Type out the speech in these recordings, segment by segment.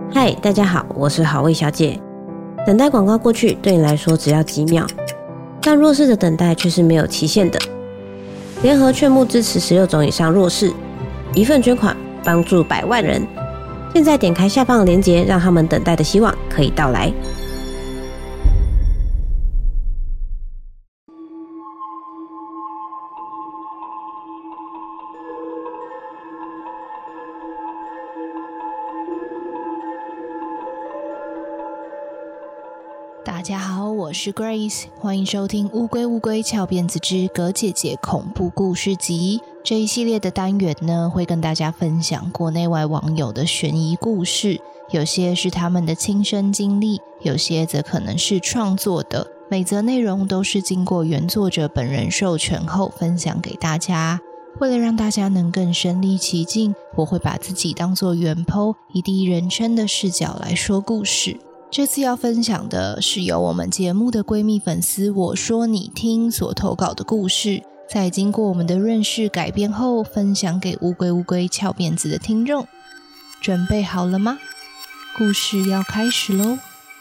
嗨，大家好，我是好味小姐。等待广告过去对你来说只要几秒，但弱势的等待却是没有期限的。联合劝募支持16种以上弱势，一份捐款帮助100万人。现在点开下方的链接，让他们等待的希望可以到来。 大家好，我是 Grace， 欢迎收听乌龟乌龟翘辫子之葛姐姐恐怖故事集。这一系列的单元呢，会跟大家分享国内外网友的悬疑故事，有些是他们的亲身经历，有些则可能是创作的，每则内容都是经过原作者本人授权后分享给大家。为了让大家能更身临其境，我会把自己当作原 po， 以第一人称的视角来说故事。这次要分享的是由我们节目的闺蜜粉丝我说你听所投稿的故事，在经过我们的润饰改编后分享给乌龟乌龟翘辫子的听众。准备好了吗？故事要开始咯。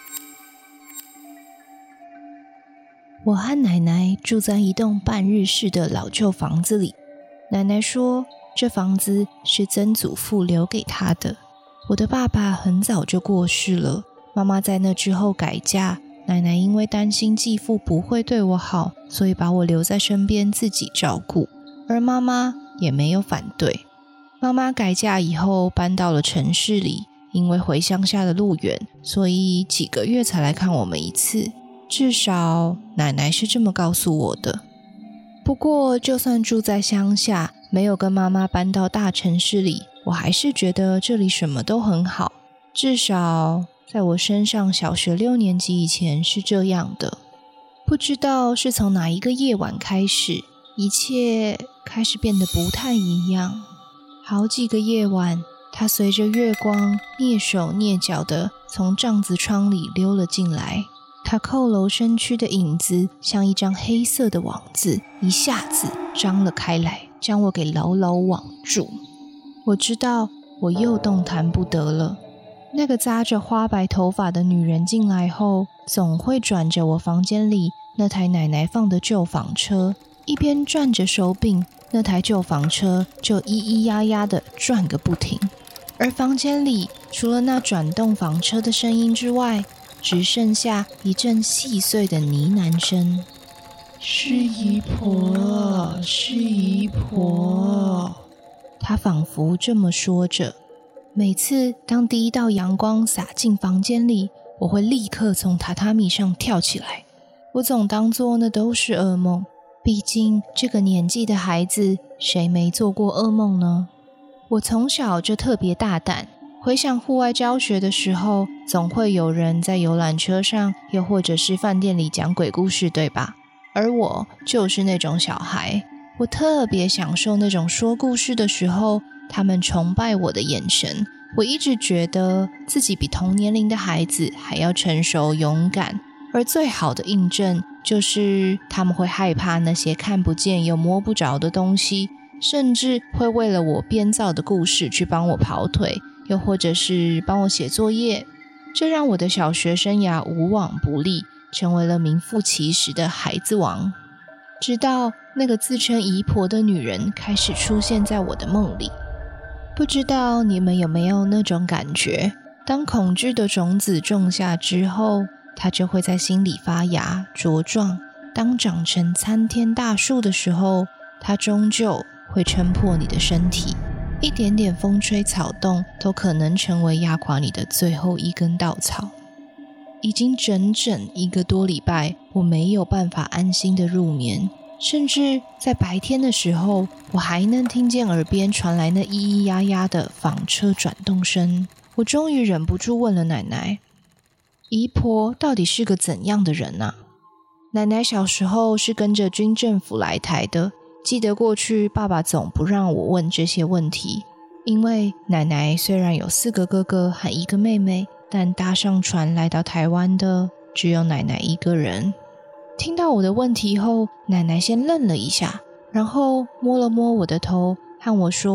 我和奶奶住在一栋半日式的老旧房子里，奶奶说这房子是曾祖父留给她的。我的爸爸很早就过世了，妈妈在那之后改嫁，奶奶因为担心继父不会对我好，所以把我留在身边自己照顾，而妈妈也没有反对。妈妈改嫁以后搬到了城市里，因为回乡下的路远，所以几个月才来看我们一次，至少奶奶是这么告诉我的。不过就算住在乡下，没有跟妈妈搬到大城市里，我还是觉得这里什么都很好，至少在我升上小学6年级以前是这样的。不知道是从哪一个夜晚开始，一切开始变得不太一样。好几个夜晚，他随着月光蹑手蹑脚地从帐子窗里溜了进来，他佝偻身躯的影子像一张黑色的网子，一下子张了开来，将我给牢牢网住。我知道我又动弹不得了。那个扎着花白头发的女人进来后，总会转着我房间里那台奶奶放的旧房车，一边转着手柄，那台旧房车就咿咿呀呀地转个不停。而房间里除了那转动房车的声音之外，只剩下一阵细碎的呢喃声：是姨婆，是姨婆。她仿佛这么说着。每次当第一道阳光洒进房间里，我会立刻从榻榻米上跳起来。我总当作那都是噩梦，毕竟这个年纪的孩子，谁没做过噩梦呢？我从小就特别大胆，回想户外教学的时候，总会有人在游览车上，又或者是饭店里讲鬼故事，对吧？而我就是那种小孩，我特别享受那种说故事的时候，他们崇拜我的眼神。我一直觉得自己比同年龄的孩子还要成熟勇敢，而最好的印证就是他们会害怕那些看不见又摸不着的东西，甚至会为了我编造的故事去帮我跑腿，又或者是帮我写作业。这让我的小学生涯无往不利，成为了名副其实的孩子王。直到那个自称姨婆的女人开始出现在我的梦里。不知道你们有没有那种感觉，当恐惧的种子种下之后，它就会在心里发芽茁壮，当长成参天大树的时候，它终究会撑破你的身体，一点点风吹草动都可能成为压垮你的最后一根稻草。已经整整1个多礼拜，我没有办法安心的入眠，甚至在白天的时候，我还能听见耳边传来那咿咿呀呀的纺车转动声。我终于忍不住问了奶奶，姨婆到底是个怎样的人啊？奶奶小时候是跟着军政府来台的，记得过去爸爸总不让我问这些问题，因为奶奶虽然有4个哥哥和1个妹妹，但搭上船来到台湾的只有奶奶1个人。听到我的问题后，奶奶先愣了一下，然后摸了摸我的头，和我说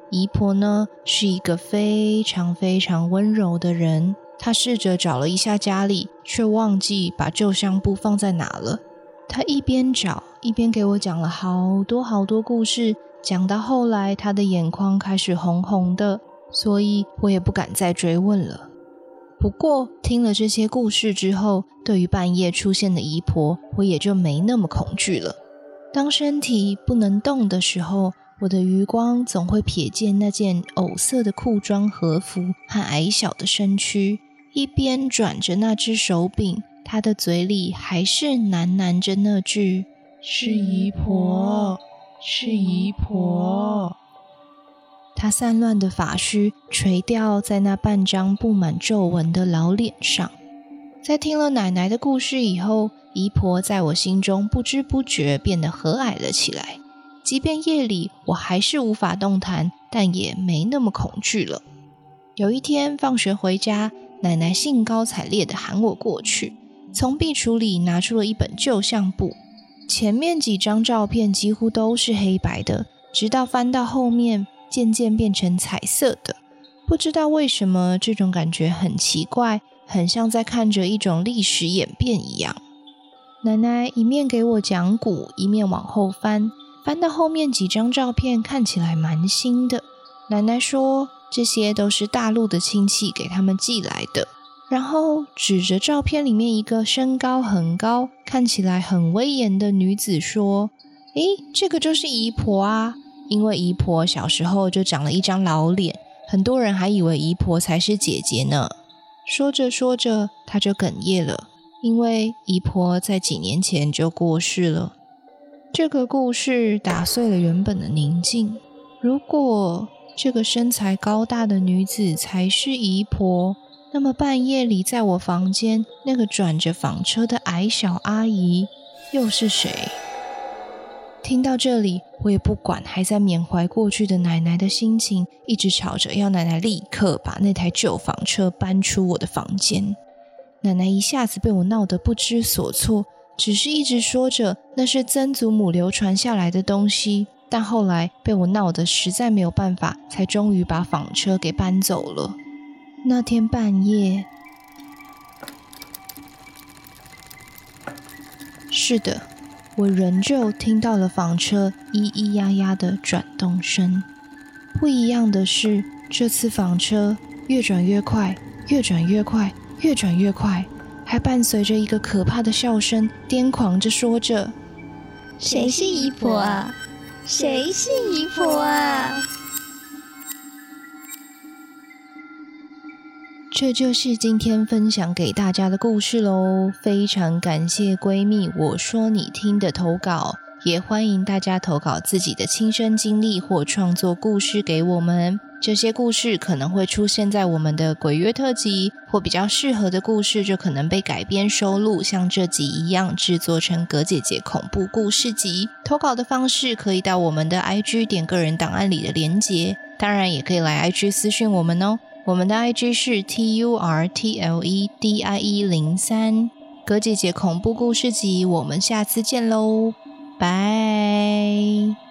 姨婆呢是一个非常非常温柔的人，她试着找了一下家里，却忘记把旧相簿放在哪了。她一边找一边给我讲了好多好多故事，讲到后来她的眼眶开始红红的，所以我也不敢再追问了。不过听了这些故事之后，对于半夜出现的姨婆，我也就没那么恐惧了。当身体不能动的时候，我的余光总会瞥见那件藕色的裤装和服和矮小的身躯，一边转着那只手柄，他的嘴里还是喃喃着那句是姨婆，是姨婆。他散乱的发须垂掉在那半张布满皱纹的老脸上。在听了奶奶的故事以后，姨婆在我心中不知不觉变得和蔼了起来。即便夜里我还是无法动弹，但也没那么恐惧了。有一天放学回家，奶奶兴高采烈地喊我过去，从壁橱里拿出了一本旧相簿，前面几张照片几乎都是黑白的，直到翻到后面渐渐变成彩色的。不知道为什么，这种感觉很奇怪，很像在看着一种历史演变一样。奶奶一面给我讲古，一面往后翻，翻到后面几张照片看起来蛮新的。奶奶说这些都是大陆的亲戚给他们寄来的，然后指着照片里面一个身高很高，看起来很威严的女子说，诶，这个就是姨婆啊。因为姨婆小时候就长了一张老脸，很多人还以为姨婆才是姐姐呢。说着说着，她就哽咽了，因为姨婆在几年前就过世了。这个故事打碎了原本的宁静。如果这个身材高大的女子才是姨婆，那么半夜里在我房间那个转着纺车的矮小阿姨又是谁？听到这里，我也不管还在缅怀过去的奶奶的心情，一直吵着要奶奶立刻把那台旧纺车搬出我的房间。奶奶一下子被我闹得不知所措，只是一直说着那是曾祖母流传下来的东西，但后来被我闹得实在没有办法，才终于把纺车给搬走了。那天半夜，是的，我仍旧听到了纺车咿咿呀呀的转动声。不一样的是，这次纺车越转越快，越转越快，越转越快，还伴随着一个可怕的笑声，癫狂着说着， 谁是姨婆啊？谁是姨婆啊？ 这就是今天分享给大家的故事咯，非常感谢闺蜜我说你听的投稿，也欢迎大家投稿自己的亲身经历或创作故事给我们。这些故事可能会出现在我们的鬼月特辑，或比较适合的故事就可能被改编收录，像这集一样制作成葛姐姐恐怖故事集。投稿的方式可以到我们的 IG 点个人档案里的连结，当然也可以来 IG 私讯我们哦。我们的 IG 是 TURTLEDIE03， 葛姐姐恐怖故事集，我们下次见喽，拜。